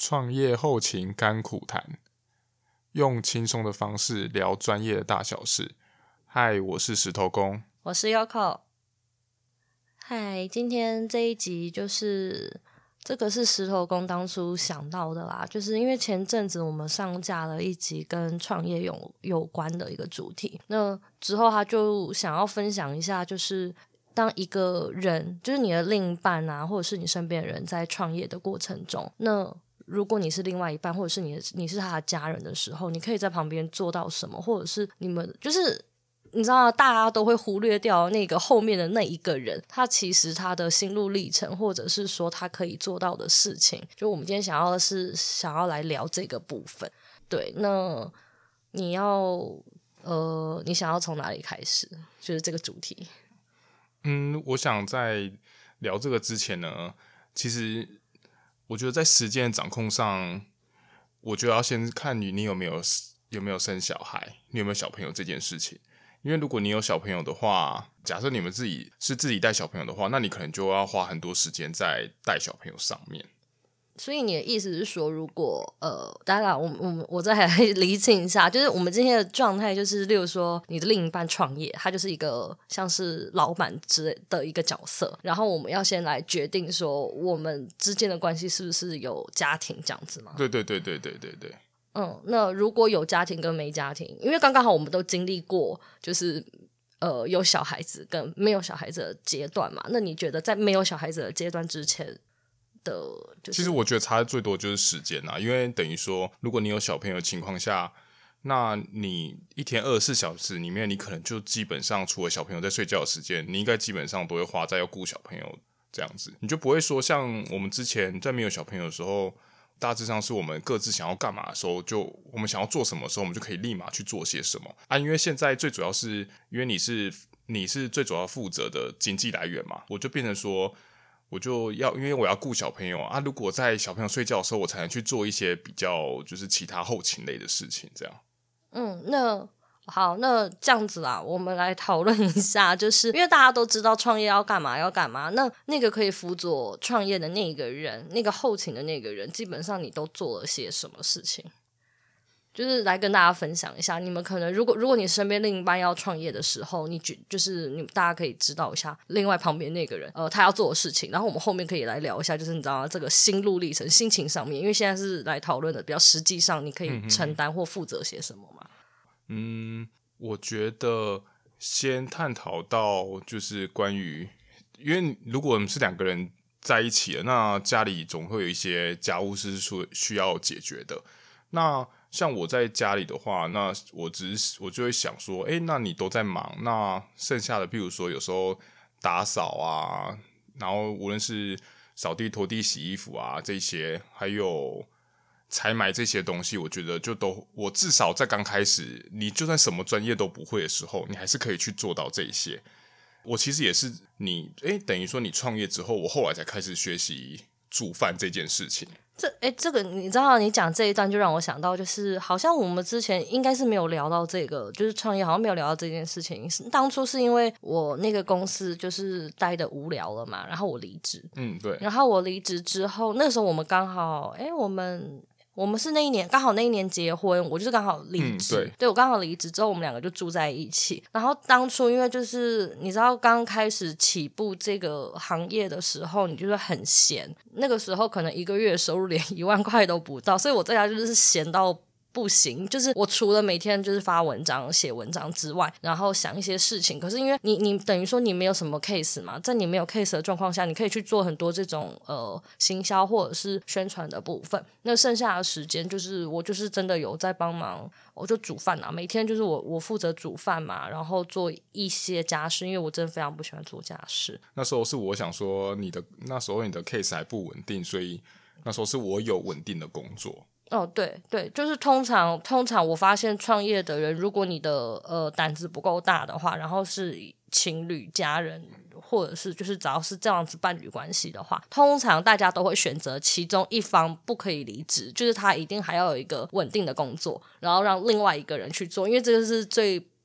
创业后勤甘苦谈，用轻松的方式聊专业的大小事。嗨，我是石头公， 我是 Yoko。嗨，今天这一集这个是石头公当初想到的啦，就是因为前阵子我们上架了一集跟创业有关的一个主题，那之后他就想要分享一下，就是当一个人，就是你的另一半啊，或者是你身边的人在创业的过程中，那如果你是另外一半，或者是你是他的家人的时候，你可以在旁边做到什么，或者是你们就是你知道大家都会忽略掉那个后面的那一个人，他其实他的心路历程，或者是说他可以做到的事情，就我们今天想要来聊这个部分。对，那你想要从哪里开始，就是这个主题？ 我想在聊这个之前呢，其实我觉得在时间的掌控上，我觉得要先看你有没有生小孩，你有没有小朋友这件事情。因为如果你有小朋友的话，假设你们自己带小朋友的话，那你可能就要花很多时间在带小朋友上面。 所以你的意思是说，如果当然我再来厘清一下，就是我们今天的状态就是，例如说你的另一半创业，他就是一个像是老板之类的一个角色，然后我们要先来决定说我们之间的关系是不是有家庭这样子吗？ 对。 那如果有家庭跟没家庭，因为刚好我们都经历过，就是有小孩子跟没有小孩子的阶段嘛，那你觉得在没有小孩子的阶段之前的其实我觉得差最多就是时间啊，因为等于说如果你有小朋友的情况下，那你一天24小时里面，你可能就基本上除了小朋友在睡觉的时间，你应该基本上都会花在要顾小朋友这样子，你就不会说像我们之前在没有小朋友的时候，大致上是我们各自想要干嘛的时候，就我们想要做什么的时候，我们就可以立马去做些什么啊。因为现在最主要是因为你是最主要负责的经济来源嘛，我就变成说我就要因为我要顾小朋友啊，如果在小朋友睡觉的时候，我才能去做一些比较就是其他后勤类的事情这样。 那好，那这样子啦，我们来讨论一下，就是因为大家都知道创业要干嘛，那个可以辅佐创业的那个人，那个后勤的那个人，基本上你都做了些什么事情？就是来跟大家分享一下，你们可能如果你身边另一半要创业的时候，就是大家可以知道一下另外旁边那个人他要做的事情，然后我们后面可以来聊一下，就是你知道这个心路历程、心情上面，因为现在是来讨论的比较实际上你可以承担或负责些什么嘛。 我觉得先探讨到就是关于，因为如果我们是两个人在一起了，那家里总会有一些家务是需要解决的。那像我在家里的话，那我就会想说，那你都在忙，那剩下的，譬如说有时候打扫啊，然后无论是扫地、拖地、洗衣服啊这些，还有采买这些东西，我觉得我至少在刚开始，你就算什么专业都不会的时候，你还是可以去做到这一些。我其实也是等于说你创业之后，我后来才开始学习煮饭这件事情。 这个你知道，你讲这一段就让我想到，就是好像我们之前应该是没有聊到这个，就是创业好像没有聊到这件事情。当初是因为我那个公司就是待的无聊了嘛，然后我离职。 对。 然后我离职之后，那时候我们刚好，我们是刚好那一年结婚，我就是刚好离职，对，我刚好离职之后，我们两个就住在一起。然后当初因为就是你知道刚开始起步这个行业的时候，你就是很闲，那个时候可能一个月收入连1万块都不到，所以我在家就是闲到不行，就是我除了每天就是发文章写文章之外，然后想一些事情，可是因为你等于说你没有什么 case 嘛，在你没有 case 的状况下，你可以去做很多这种行销或者是宣传的部分，那剩下的时间就是我就是真的有在帮忙，我就煮饭啊，每天就是我负责煮饭嘛，然后做一些家事，因为我真的非常不喜欢做家事。 那时候是我想说那时候你的 case 还不稳定，所以那时候是我有稳定的工作。 对，就是通常我发现创业的人，如果你的胆子不够大的话，然后是情侣、家人，或者是就是只要是这样子伴侣关系的话，通常大家都会选择其中一方不可以离职，就是他一定还要有一个稳定的工作，然后让另外一个人去做，因为这个是最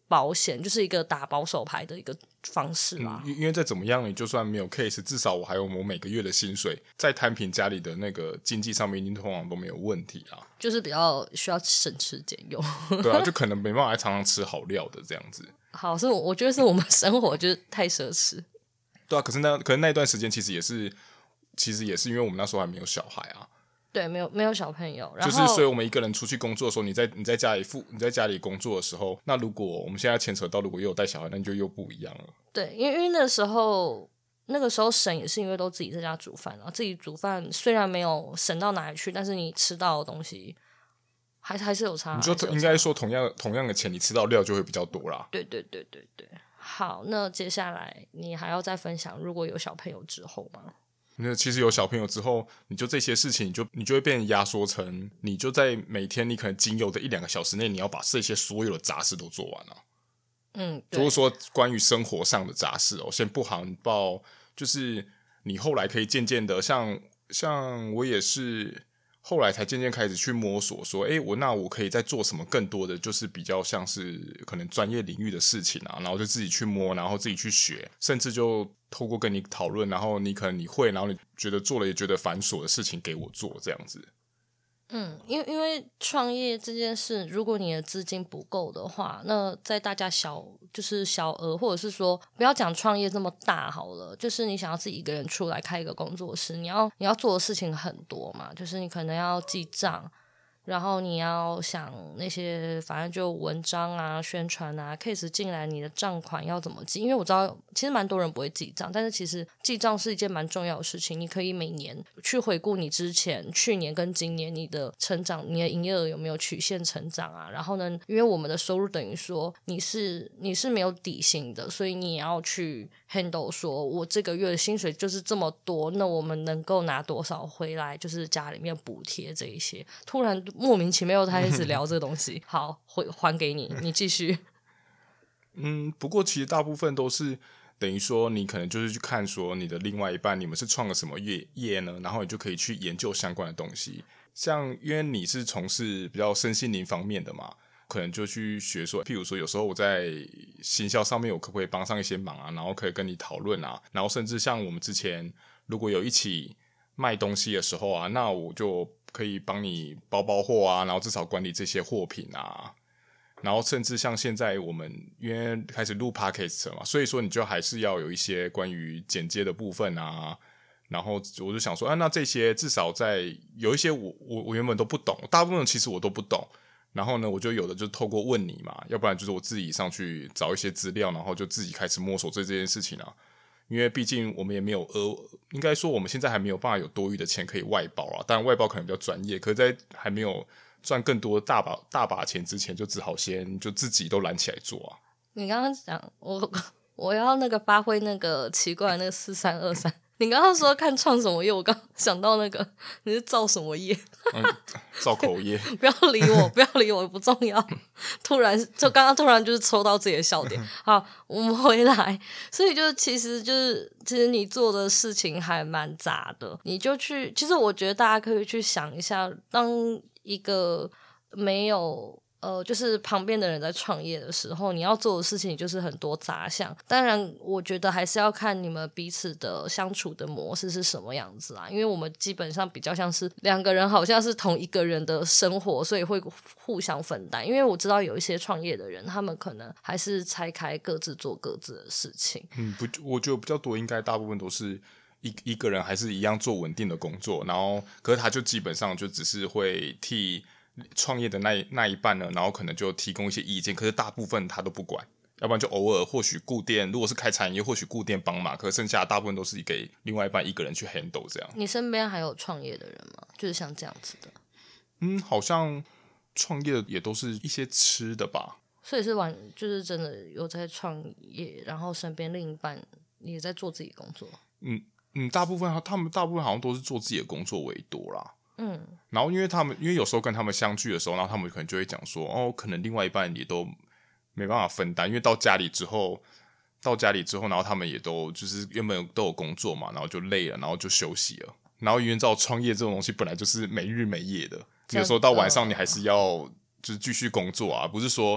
保险，就是一个打保守牌的一个方式啦。 因为再怎么样，你就算没有 case， 至少我还有我每个月的薪水，在摊平家里的那个经济上面，一定通常都没有问题啦。 就是比较需要省吃俭用。 对啊，就可能没办法常常吃好料的这样子。 好，是我觉得是我们生活就是太奢侈。 对啊，可是那一段时间其实也是因为我们那时候还没有小孩啊。 对，没有小朋友，然后就是所以我们一个人出去工作的时候，你在家里工作的时候，那如果我们现在牵扯到如果又有带小孩，那就又不一样了。 对，因为那个时候省也是因为都自己在家煮饭，然后自己煮饭虽然没有省到哪里去，但是你吃到的东西还是有差。 你就应该说同样的钱，你吃到料就会比较多啦。 对。好，那接下来你还要再分享如果有小朋友之后吗？ 那其实有小朋友之后，你就这些事情，你就会变压缩成，你就在每天你可能仅有的1-2个小时内，你要把这些所有的杂事都做完了。就是说关于生活上的杂事先不含报，就是你后来可以渐渐的，像我也是后来才渐渐开始去摸索说，我可以再做什么更多的，就是比较像是可能专业领域的事情啊，然后就自己去摸，然后自己去学，甚至就透过跟你讨论，然后你可能你会，然后你觉得做了也觉得繁琐的事情给我做这样子。 因为创业这件事，如果你的资金不够的话，那在大家就是小额，或者是说不要讲创业这么大好了，就是你想要自己一个人出来开一个工作室，你要做的事情很多嘛，就是你可能要记账，然后你要想那些反正就文章啊、宣传啊 case 进来，你的账款要怎么记，因为我知道其实蛮多人不会记账，但是其实记账是一件蛮重要的事情，你可以每年去回顾你之前去年跟今年你的成长，你的营业额有没有曲线成长啊，然后呢，因为我们的收入等于说你是没有底薪的，所以你也要去 handle 说我这个月的薪水就是这么多，那我们能够拿多少回来，就是家里面补贴这一些。突然莫名其妙开始聊这个东西好，还给你，你继续。 不过其实大部分都是等于说你可能就是去看说你的另外一半你们是创了什么业呢，然后你就可以去研究相关的东西，像因为你是从事比较身心灵方面的嘛，可能就去学说，譬如说有时候我在行销上面我可不可以帮上一些忙啊，然后可以跟你讨论啊，然后甚至像我们之前如果有一起卖东西的时候啊，那我就可以帮你包货啊，然后至少管理这些货品啊，然后甚至像现在我们因为开始录 podcast 嘛，所以说你就还是要有一些关于剪接的部分啊，然后我就想说那这些至少在有一些我原本都不懂，大部分其实我都不懂，然后呢我就有的就透过问你嘛，要不然就是我自己上去找一些资料，然后就自己开始摸索这件事情啊，因为毕竟我们也没有应该说我们现在还没有办法有多余的钱可以外包啊，当然外包可能比较专业，可是在还没有赚更多大把钱之前，就只好先就自己都揽起来做啊。 你刚刚讲我要那个发挥那个奇怪的那个4323，你刚刚说看创什么业，我刚想到那个你是造什么业？ 造口业。 不要理我，不要理我，不重要。刚刚突然就是抽到自己的笑点。好，我们回来，所以其实你做的事情还蛮杂的，你就去，其实我觉得大家可以去想一下，当一个没有就是旁边的人在创业的时候，你要做的事情就是很多杂项。当然我觉得还是要看你们彼此的相处的模式是什么样子啊，因为我们基本上比较像是两个人好像是同一个人的生活，所以会互相分担。因为我知道有一些创业的人，他们可能还是拆开各自做各自的事情。 我觉得比较多应该大部分都是一个人还是一样做稳定的工作，然后可是他就基本上就只是会替创业的那一半呢，然后可能就提供一些意见，可是大部分他都不管，要不然就偶尔或许顾店，如果是开餐饮业或许顾店帮忙，可是剩下的大部分都是给另外一半一个人去 handle 这样。 你身边还有创业的人吗？就是像这样子的？ 好像创业也都是一些吃的吧。 所以是就是真的有在创业，然后身边另一半也在做自己工作。 他们大部分好像都是做自己的工作为多啦。然后因为有时候跟他们相聚的时候，然后他们可能就会讲说，可能另外一半也都没办法分担，因为到家里之后，然后他们也都就是原本都有工作嘛，然后就累了，然后就休息了。然后因为你知道创业这种东西本来就是没日没夜的，有时候到晚上你还是要就是继续工作啊，不是说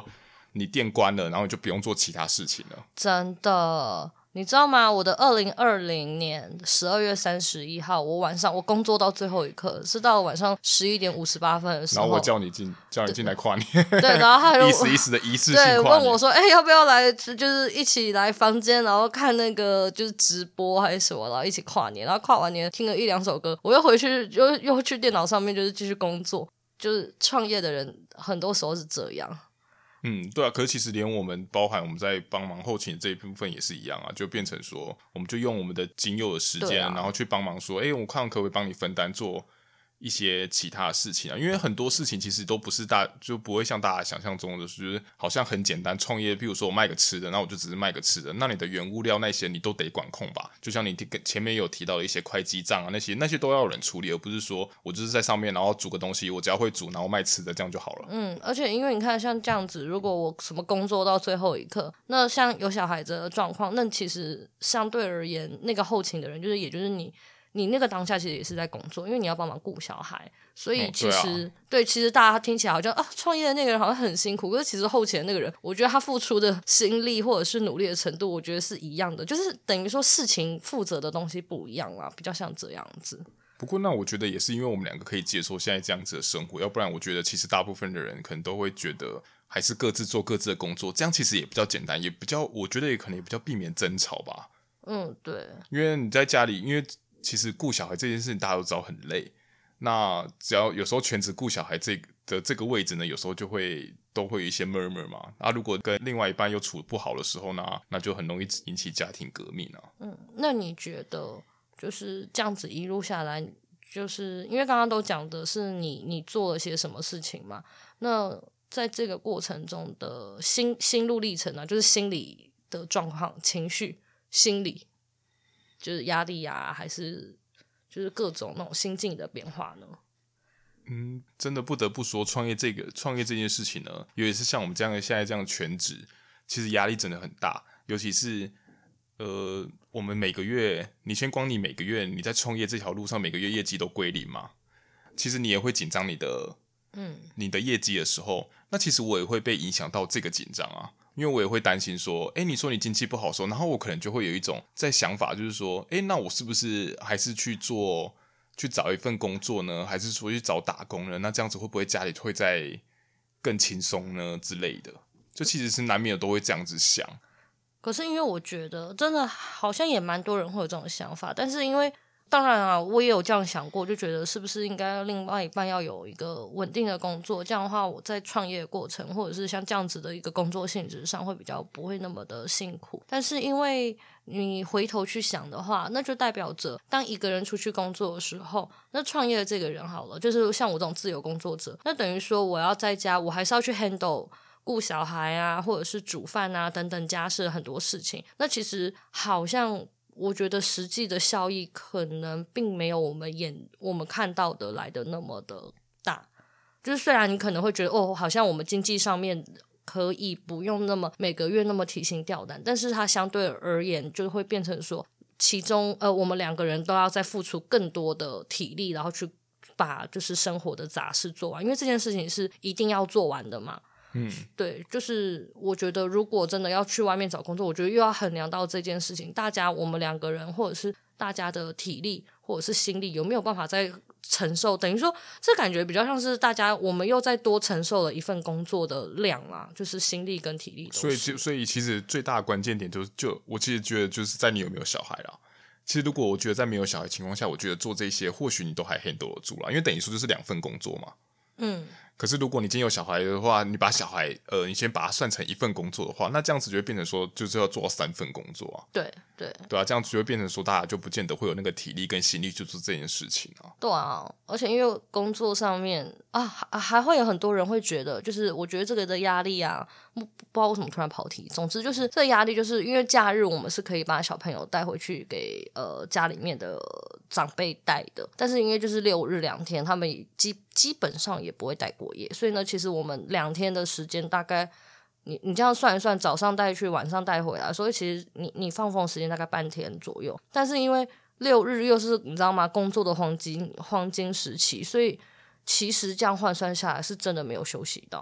你店关了，然后你就不用做其他事情了。 真的。你知道吗？我的2020年12月31号，我晚上我工作到最后一刻，是到晚上11点58分的时候， 然后我叫你进来跨年， 对，然后他就意思的仪式性对跨年， 问我说，要不要来，就是一起来房间，然后看那个就是直播还是什么，然后一起跨年，然后跨完年听了1-2首歌，我又回去又去电脑上面就是继续工作，就是创业的人很多时候是这样。 对啊，可是其实连我们包含我们在帮忙后勤这一部分也是一样啊，就变成说，我们就用我们的仅有的时间，然后去帮忙说，我看可不可以帮你分担做一些其他的事情啊？因为很多事情其实都不是就不会像大家想象中的，就是好像很简单。创业，譬如说我卖个吃的，那我就只是卖个吃的，那你的原物料那些你都得管控吧？就像你前面有提到的一些会计账啊，那些都要有人处理，而不是说我就是在上面然后煮个东西，我只要会煮，然后卖吃的这样就好了。 而且因为你看像这样子，如果我什么工作到最后一刻，那像有小孩子的状况，那其实相对而言，那个后勤的人也就是你那个当下其实也是在工作，因为你要帮忙顾小孩，所以其实、其实大家听起来好像创业的那个人好像很辛苦，可是其实后勤的那个人，我觉得他付出的心力或者是努力的程度，我觉得是一样的，就是等于说事情负责的东西不一样啦，比较像这样子。 不过那我觉得也是因为我们两个可以接受现在这样子的生活，要不然我觉得其实大部分的人可能都会觉得还是各自做各自的工作，这样其实也比较简单，也比较我觉得也可能也比较避免争吵吧。 对， 因为你在家里，因为其实顾小孩这件事情大家都知道很累，那只要有时候全职顾小孩这个位置呢，有时候都会有一些 murmur 嘛。如果跟另外一半又处不好的时候呢，那就很容易引起家庭革命啊。 那你觉得就是这样子一路下来，就是因为刚刚都讲的是你做了些什么事情嘛？那在这个过程中的心路历程啊，就是心理的状况、情绪、心理。就是压力啊，还是就是各种那种心境的变化呢？ 真的不得不说，创业这件事情呢，尤其是像我们现在这样全职，其实压力真的很大。尤其是我们每个月，你每个月你在创业这条路上，每个月业绩都归零嘛，其实你也会紧张你的业绩的时候，那其实我也会被影响到这个紧张啊。因为我也会担心说，你说你经济不好的时候，然后我可能就会有一种在想法，就是说，那我是不是还是去找一份工作呢？还是说去找打工呢？那这样子会不会家里会再更轻松呢之类的？就其实是难免的都会这样子想。 可是因为我觉得真的好像也蛮多人会有这种想法，但是因为当然啊，我也有这样想过，就觉得是不是应该另外一半要有一个稳定的工作，这样的话我在创业的过程或者是像这样子的一个工作性质上会比较不会那么的辛苦。但是因为你回头去想的话，那就代表着当一个人出去工作的时候，那创业的这个人好了，就是像我这种自由工作者，那等于说我要在家，我还是要去 handle顾小孩啊，或者是煮饭啊等等家事很多事情，那其实好像我觉得实际的效益可能并没有我们看到的来的那么的大。就是虽然你可能会觉得好像我们经济上面可以不用那么每个月那么提心吊胆，但是它相对而言就会变成说其中我们两个人都要再付出更多的体力，然后去把就是生活的杂事做完，因为这件事情是一定要做完的嘛。对，就是我觉得如果真的要去外面找工作，我觉得又要衡量到这件事情，我们两个人或者是大家的体力或者是心力有没有办法再承受，等于说这感觉比较像是我们又再多承受了一份工作的量啦，就是心力跟体力都是。 所以其实最大的关键点就我其实觉得就是在你有没有小孩啦。其实如果我觉得在没有小孩的情况下，我觉得做这些或许你都还 handle 得住啦，因为等于说就是2份工作嘛。可是如果你今天有小孩的话，你把小孩你先把它算成1份工作的话，那这样子就会变成说就是要做到3份工作啊。 对啊，这样子就会变成说大家就不见得会有那个体力跟心力去做这件事情啊。 对啊，而且因为工作上面还会有很多人会觉得，就是我觉得这个的压力啊，不知道为什么突然跑题。总之就是这个压力，就是因为假日我们是可以把小朋友带回去给家里面的长辈带的，但是因为就是6日2天，他们基本上也不会带过夜，所以呢，其实我们2天的时间大概你这样算一算，早上带去，晚上带回来，所以其实你放风时间大概半天左右。但是因为6日又是你知道吗，工作的黄金时期，所以其实这样换算下来是真的没有休息到。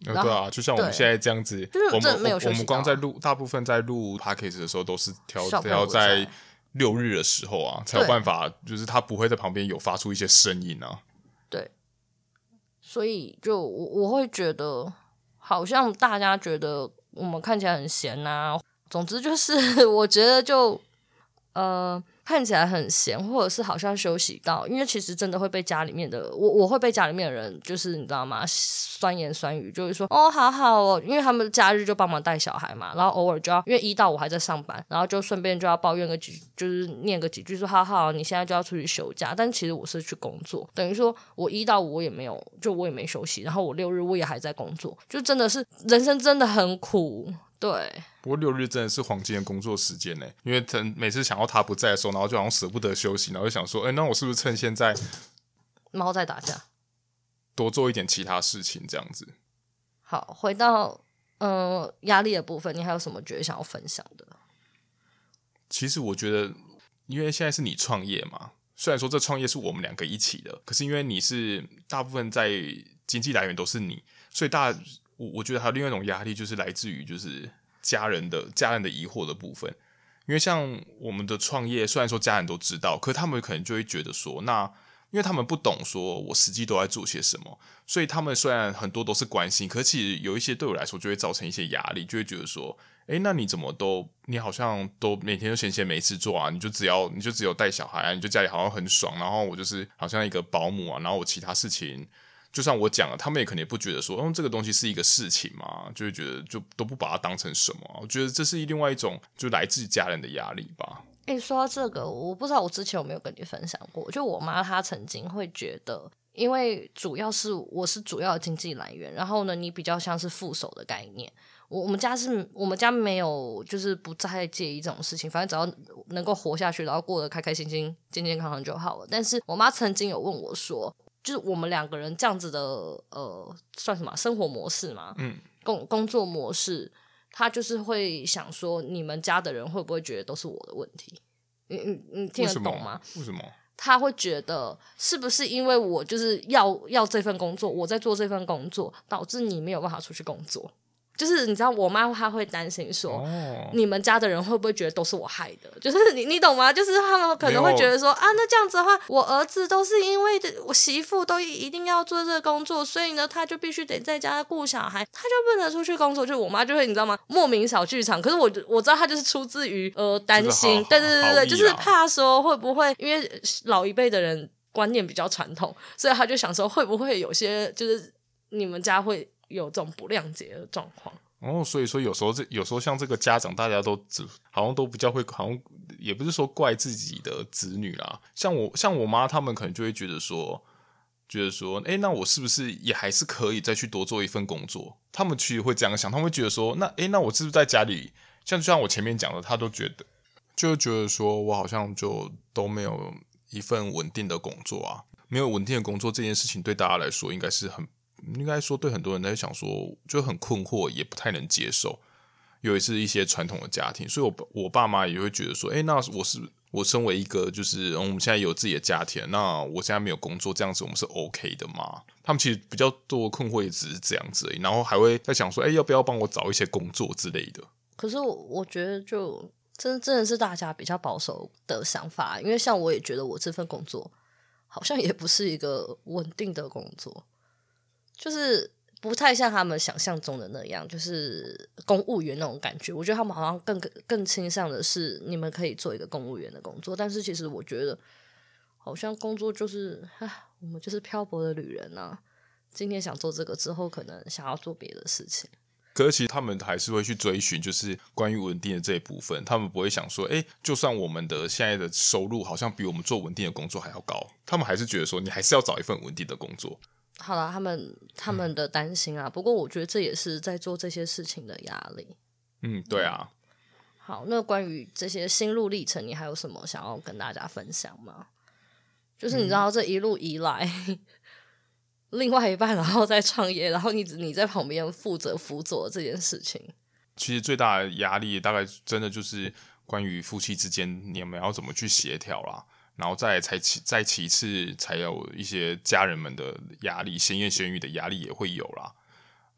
对啊，就像我们现在这样子， 就是真的没有休息到。 我们光在大部分在录 podcast 的时候，都是挑在6日的时候啊，才有办法，就是他不会在旁边有发出一些声音啊。 对，所以就我会觉得，好像大家觉得我们看起来很闲啊。总之就是我觉得就看起来很闲，或者是好像休息到，因为其实真的会被家里面的我会被家里面的人就是你知道吗，酸言酸语，就是说哦好好哦，因为他们假日就帮忙带小孩嘛，然后偶尔就要因为1到5还在上班，然后就顺便就要抱怨就是念个几句说好好你现在就要出去休假，但其实我是去工作，等于说我1到5我也没有，就我也没休息，然后我6日我也还在工作，就真的是人生真的很苦。对， 不过6日真的是黄金的工作时间呢，因为每次想到他不在的时候，然后就好像舍不得休息，然后就想说，那我是不是趁现在猫在打架， 多做一点其他事情这样子。 好，回到压力的部分，你还有什么觉得想要分享的？ 其实我觉得，因为现在是你创业嘛，虽然说这创业是我们2个一起的，可是因为你是大部分在经济来源都是你，所以我觉得还有另外一种压力，就是来自于就是家人的疑惑的部分。因为像我们的创业，虽然说家人都知道，可是他们可能就会觉得说，那因为他们不懂说我实际都在做些什么，所以他们虽然很多都是关心，可是其实有一些对我来说就会造成一些压力，就会觉得说，那你怎么你好像都每天都闲没事做啊？你就只有带小孩啊，你就家里好像很爽，然后我就是好像一个保姆啊，然后我其他事情。就算我讲了，他们也肯定不觉得说，这个东西是一个事情嘛，就会觉得就都不把它当成什么。我觉得这是另外一种就来自家人的压力吧。 说到这个，我不知道我之前有没有跟你分享过，就我妈她曾经会觉得，因为主要是我是主要的经济来源，然后呢，你比较像是副手的概念。我们家没有就是不太介意这种事情，反正只要能够活下去，然后过得开开心心、健健康康就好了。但是我妈曾经有问我说，就是我们2个人这样子的算什么生活模式嘛，工作模式，他就是会想说，你们家的人会不会觉得都是我的问题？你听得懂吗？ 为什么？ 他会觉得是不是因为我就是要这份工作，我在做这份工作，导致你没有办法出去工作？就是你知道我妈她会担心说，你们家的人会不会觉得都是我害的？就是你懂吗？就是他们可能会觉得说啊，那这样子的话，我儿子都是因为我媳妇都一定要做这个工作，所以呢他就必须得在家顾小孩，他就不能出去工作。就我妈就会你知道吗？莫名小剧场。可是我知道她就是出自于担心，对，就是怕说会不会因为老一辈的人观念比较传统，所以他就想说会不会有些就是你们家会有这种不谅解的状况。 所以说有时候像这个家长，大家都好像都比较会，好像也不是说怪自己的子女啦。像我妈他们可能就会觉得说，那我是不是也还是可以再去多做一份工作？他们其实会这样想，他们会觉得说，那我是不是在家里，就像我前面讲的，他都觉得说我好像就都没有一份稳定的工作啊，没有稳定的工作这件事情对大家来说应该说对很多人在想说就很困惑，也不太能接受，尤其是一些传统的家庭，所以我爸妈也会觉得说，那我身为一个就是我们现在有自己的家庭，那我现在没有工作，这样子我们是 OK 的吗？他们其实比较多的困惑也只是这样子而已，然后还会在想说，要不要帮我找一些工作之类的。 可是我觉得就真的是大家比较保守的想法，因为像我也觉得我这份工作好像也不是一个稳定的工作，就是不太像他们想象中的那样，就是公务员那种感觉。我觉得他们好像更倾向的是你们可以做一个公务员的工作，但是其实我觉得好像工作就是我们就是漂泊的旅人啊，今天想做这个之后可能想要做别的事情。 可是其实他们还是会去追寻就是关于稳定的这一部分，他们不会想说就算我们的现在的收入好像比我们做稳定的工作还要高，他们还是觉得说你还是要找一份稳定的工作。 好啦，他们的担心啊，不过我觉得这也是在做这些事情的压力。 对啊。 好，那关于这些心路历程，你还有什么想要跟大家分享吗？就是你知道这一路以来另外一半然后在创业，然后你在旁边负责辅佐这件事情。 其实最大的压力大概真的就是关于夫妻之间你们要怎么去协调啦，然后再其次才有一些家人们的压力，闲言闲语的压力也会有啦。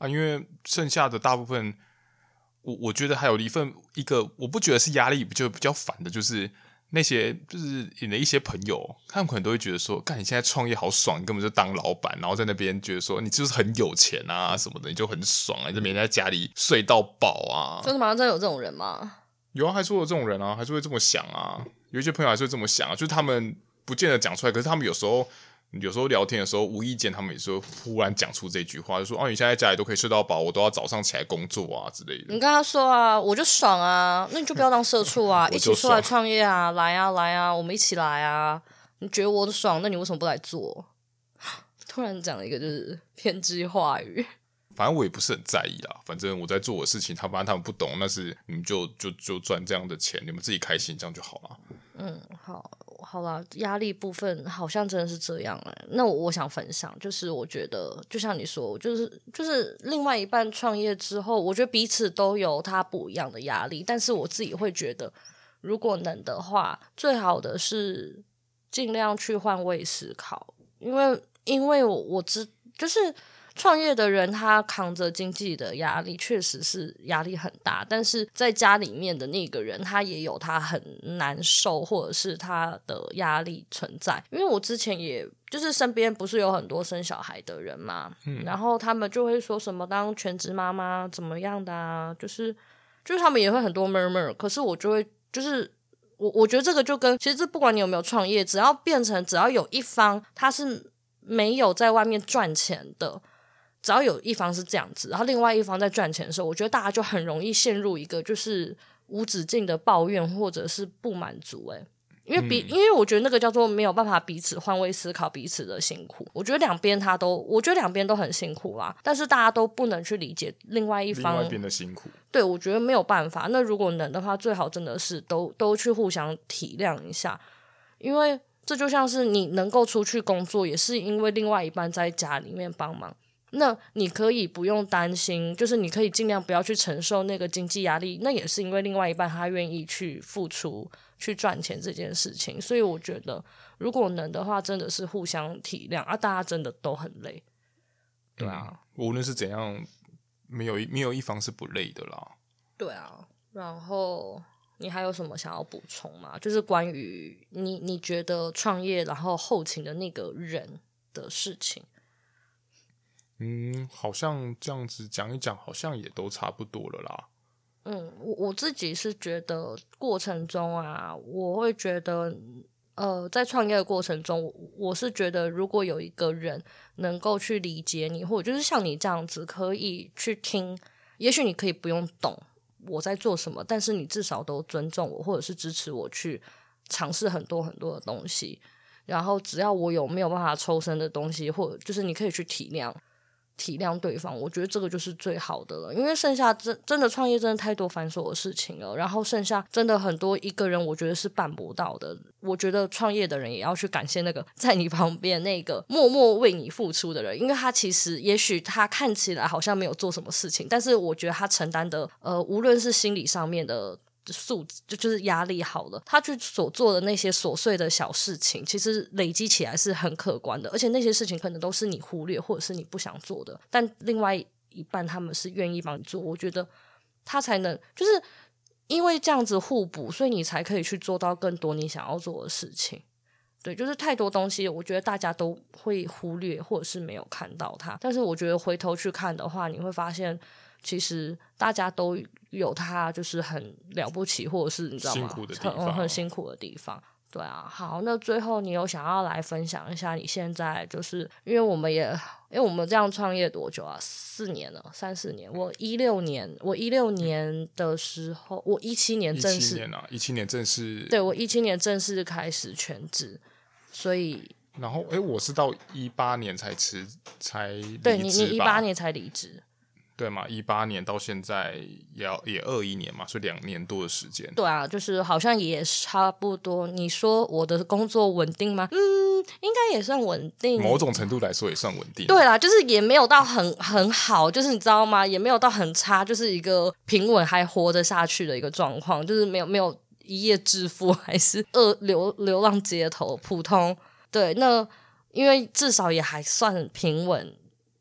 啊，因为剩下的大部分，我觉得还有一个我不觉得是压力，就比较烦的，就是那些就是你的一些朋友，他们可能都会觉得说，干你现在创业好爽，你根本就当老板，然后在那边觉得说你就是很有钱啊什么的，你就很爽啊，你就每天在家里睡到饱啊。 真的吗？真的有这种人吗？ 有啊，还是会有这种人啊，还是会这么想啊。有一些朋友还是会这么想啊，就是他们不见得讲出来，可是他们有时候聊天的时候，无意间他们也是会忽然讲出这句话，就说：“哦，你现在在家里都可以睡到饱，我都要早上起来工作啊之类的。” 你跟他说啊，我就爽啊，那你就不要当社畜啊，一起出来创业啊，来啊来啊，我们一起来啊！你觉得我的爽，那你为什么不来做？突然讲了一个就是偏激话语。 反正我也不是很在意啦，反正我在做我的事情，反正他们不懂，那是你们就赚这样的钱，你们自己开心，这样就好了。 好啦，压力部分好像真的是这样那我想分享，就是我觉得就像你说，就是另外一半创业之后，我觉得彼此都有他不一样的压力，但是我自己会觉得，如果能的话，最好的是尽量去换位思考，因为我就是创业的人他扛着经济的压力确实是压力很大，但是在家里面的那个人他也有他很难受或者是他的压力存在。因为我之前也就是身边不是有很多生小孩的人嘛，然后他们就会说什么当全职妈妈怎么样的啊，就是他们也会很多 murmur， 可是我就会就是我觉得这个就跟其实这不管你有没有创业，只要有一方他是没有在外面赚钱的，只要有一方是这样子，然后另外一方在赚钱的时候，我觉得大家就很容易陷入一个就是无止境的抱怨或者是不满足因为我觉得那个叫做没有办法彼此换位思考彼此的辛苦。我觉得两边都很辛苦啦，但是大家都不能去理解另外一边的辛苦。 对，我觉得没有办法。那如果能的话，最好真的是都去互相体谅一下，因为这就像是你能够出去工作，也是因为另外一半在家里面帮忙。那你可以不用担心，就是你可以尽量不要去承受那个经济压力，那也是因为另外一半他愿意去付出去赚钱这件事情。所以我觉得如果能的话，真的是互相体谅啊，大家真的都很累。对啊， 无论是怎样，没有一方是不累的啦。 对啊，然后你还有什么想要补充吗？就是关于你觉得创业然后后勤的那个人的事情。 好像这样子讲一讲，好像也都差不多了啦。 我自己是觉得过程中啊，我会觉得在创业的过程中，我是觉得如果有一个人能够去理解你，或者就是像你这样子可以去听，也许你可以不用懂我在做什么，但是你至少都尊重我，或者是支持我去尝试很多很多的东西，然后只要我有没有办法抽身的东西，或者就是你可以去体谅对方，我觉得这个就是最好的了。因为剩下真的创业真的太多繁琐的事情了，然后剩下真的很多一个人我觉得是办不到的。我觉得创业的人也要去感谢那个在你旁边那个默默为你付出的人，因为他其实也许他看起来好像没有做什么事情，但是我觉得他承担的无论是心理上面的素质就是压力好了，他去所做的那些琐碎的小事情其实累积起来是很可观的，而且那些事情可能都是你忽略或者是你不想做的，但另外一半他们是愿意帮你做，我觉得他才能就是因为这样子互补，所以你才可以去做到更多你想要做的事情。对，就是太多东西我觉得大家都会忽略或者是没有看到它，但是我觉得回头去看的话，你会发现其实大家都有他就是很了不起或者是你知道吗， 辛苦的地方很辛苦的地方。对啊，好，那最后你有想要来分享一下你现在就是因为我们这样创业多久啊？3-4年了。我16年的时候，我17年正式 17年正式， 对，我17年正式开始全职，所以然后我是到18年才离职吧？ 对，你18年才离职。 对嘛，18年到现在也21年嘛，所以2年多的时间。 对啊，就是好像也差不多。你说我的工作稳定吗？应该也算稳定， 某种程度来说也算稳定。 对啦，就是也没有到很好，就是你知道吗？也没有到很差，就是一个平稳还活得下去的一个状况，就是没有一夜致富，还是流浪街头普通。对，那因为至少也还算平稳。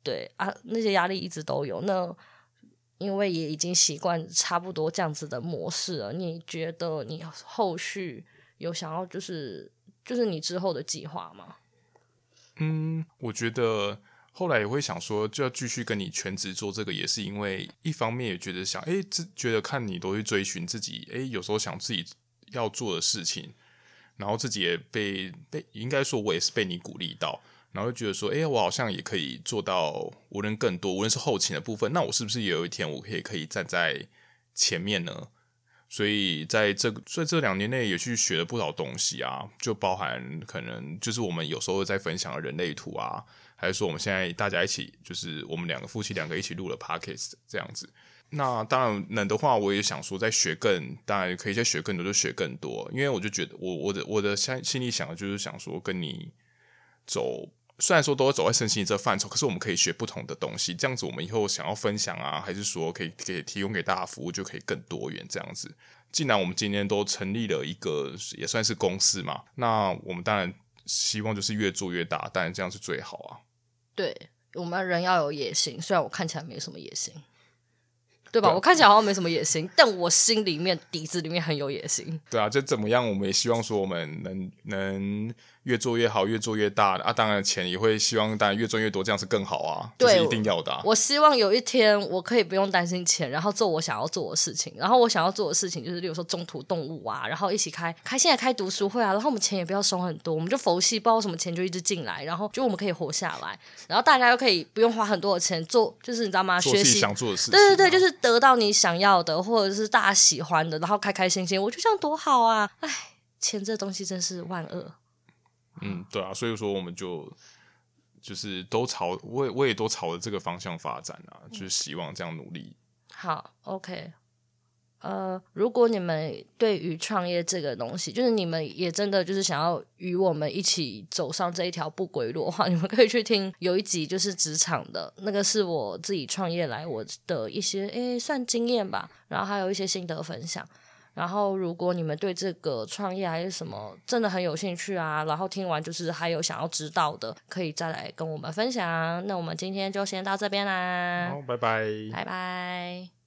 对啊，那些压力一直都有。那因为也已经习惯差不多这样子的模式了，你觉得你后续有想要就是你之后的计划吗？ 我觉得后来也会想说，就要继续跟你全职做这个，也是因为一方面也觉得想，觉得看你都去追寻自己，有时候想自己要做的事情，然后自己也被应该说我也是被你鼓励到，然后就觉得说，我好像也可以做到，无论更多，无论是后勤的部分，那我是不是也有一天我可以站在前面呢？所以在这2年内也去学了不少东西啊，就包含可能就是我们有时候在分享的人类图啊，还是说我们现在大家一起，就是我们夫妻两个一起录了 podcast 这样子。那当然能的话，我也想说再学当然可以再学更多就学更多，因为我就觉得我的心里想的就是想说跟你走。虽然说都会走在身心这范畴，可是我们可以学不同的东西，这样子我们以后想要分享啊，还是说可以提供给大家服务，就可以更多元这样子。既然我们今天都成立了一个也算是公司嘛，那我们当然希望就是越做越大，当然这样是最好啊。 对，我们人要有野心，虽然我看起来没什么野心，对吧？我看起来好像没什么野心，但我心里面底子里面很有野心。 对啊，就怎么样，我们也希望说我们能越做越好，越做越大啊！当然钱也会希望，当然越赚越多，这样是更好啊，这是一定要的啊。 我希望有一天我可以不用担心钱，然后做我想要做的事情。然后我想要做的事情就是，例如说中途动物啊，然后一起现在开读书会啊，然后我们钱也不要收很多，我们就佛系，不知道什么钱就一直进来，然后就我们可以活下来，然后大家又可以不用花很多的钱做，就是你知道吗？ 做自己想做的事情。 对对对，就是得到你想要的，或者是大家喜欢的，然后开开心心，我觉得这样多好啊！哎，钱这东西真是万恶。 对啊，所以说我们就是都我也都朝着这个方向发展啊，就是希望这样努力。 好 ，OK， 如果你们对于创业这个东西，就是你们也真的就是想要与我们一起走上这一条不归路的话，你们可以去听有一集就是职场的那个，是我自己创业来我的一些算经验吧，然后还有一些心得分享。然后如果你们对这个创业还是什么真的很有兴趣啊，然后听完就是还有想要知道的，可以再来跟我们分享。那我们今天就先到这边啦， 好，拜拜， 拜拜。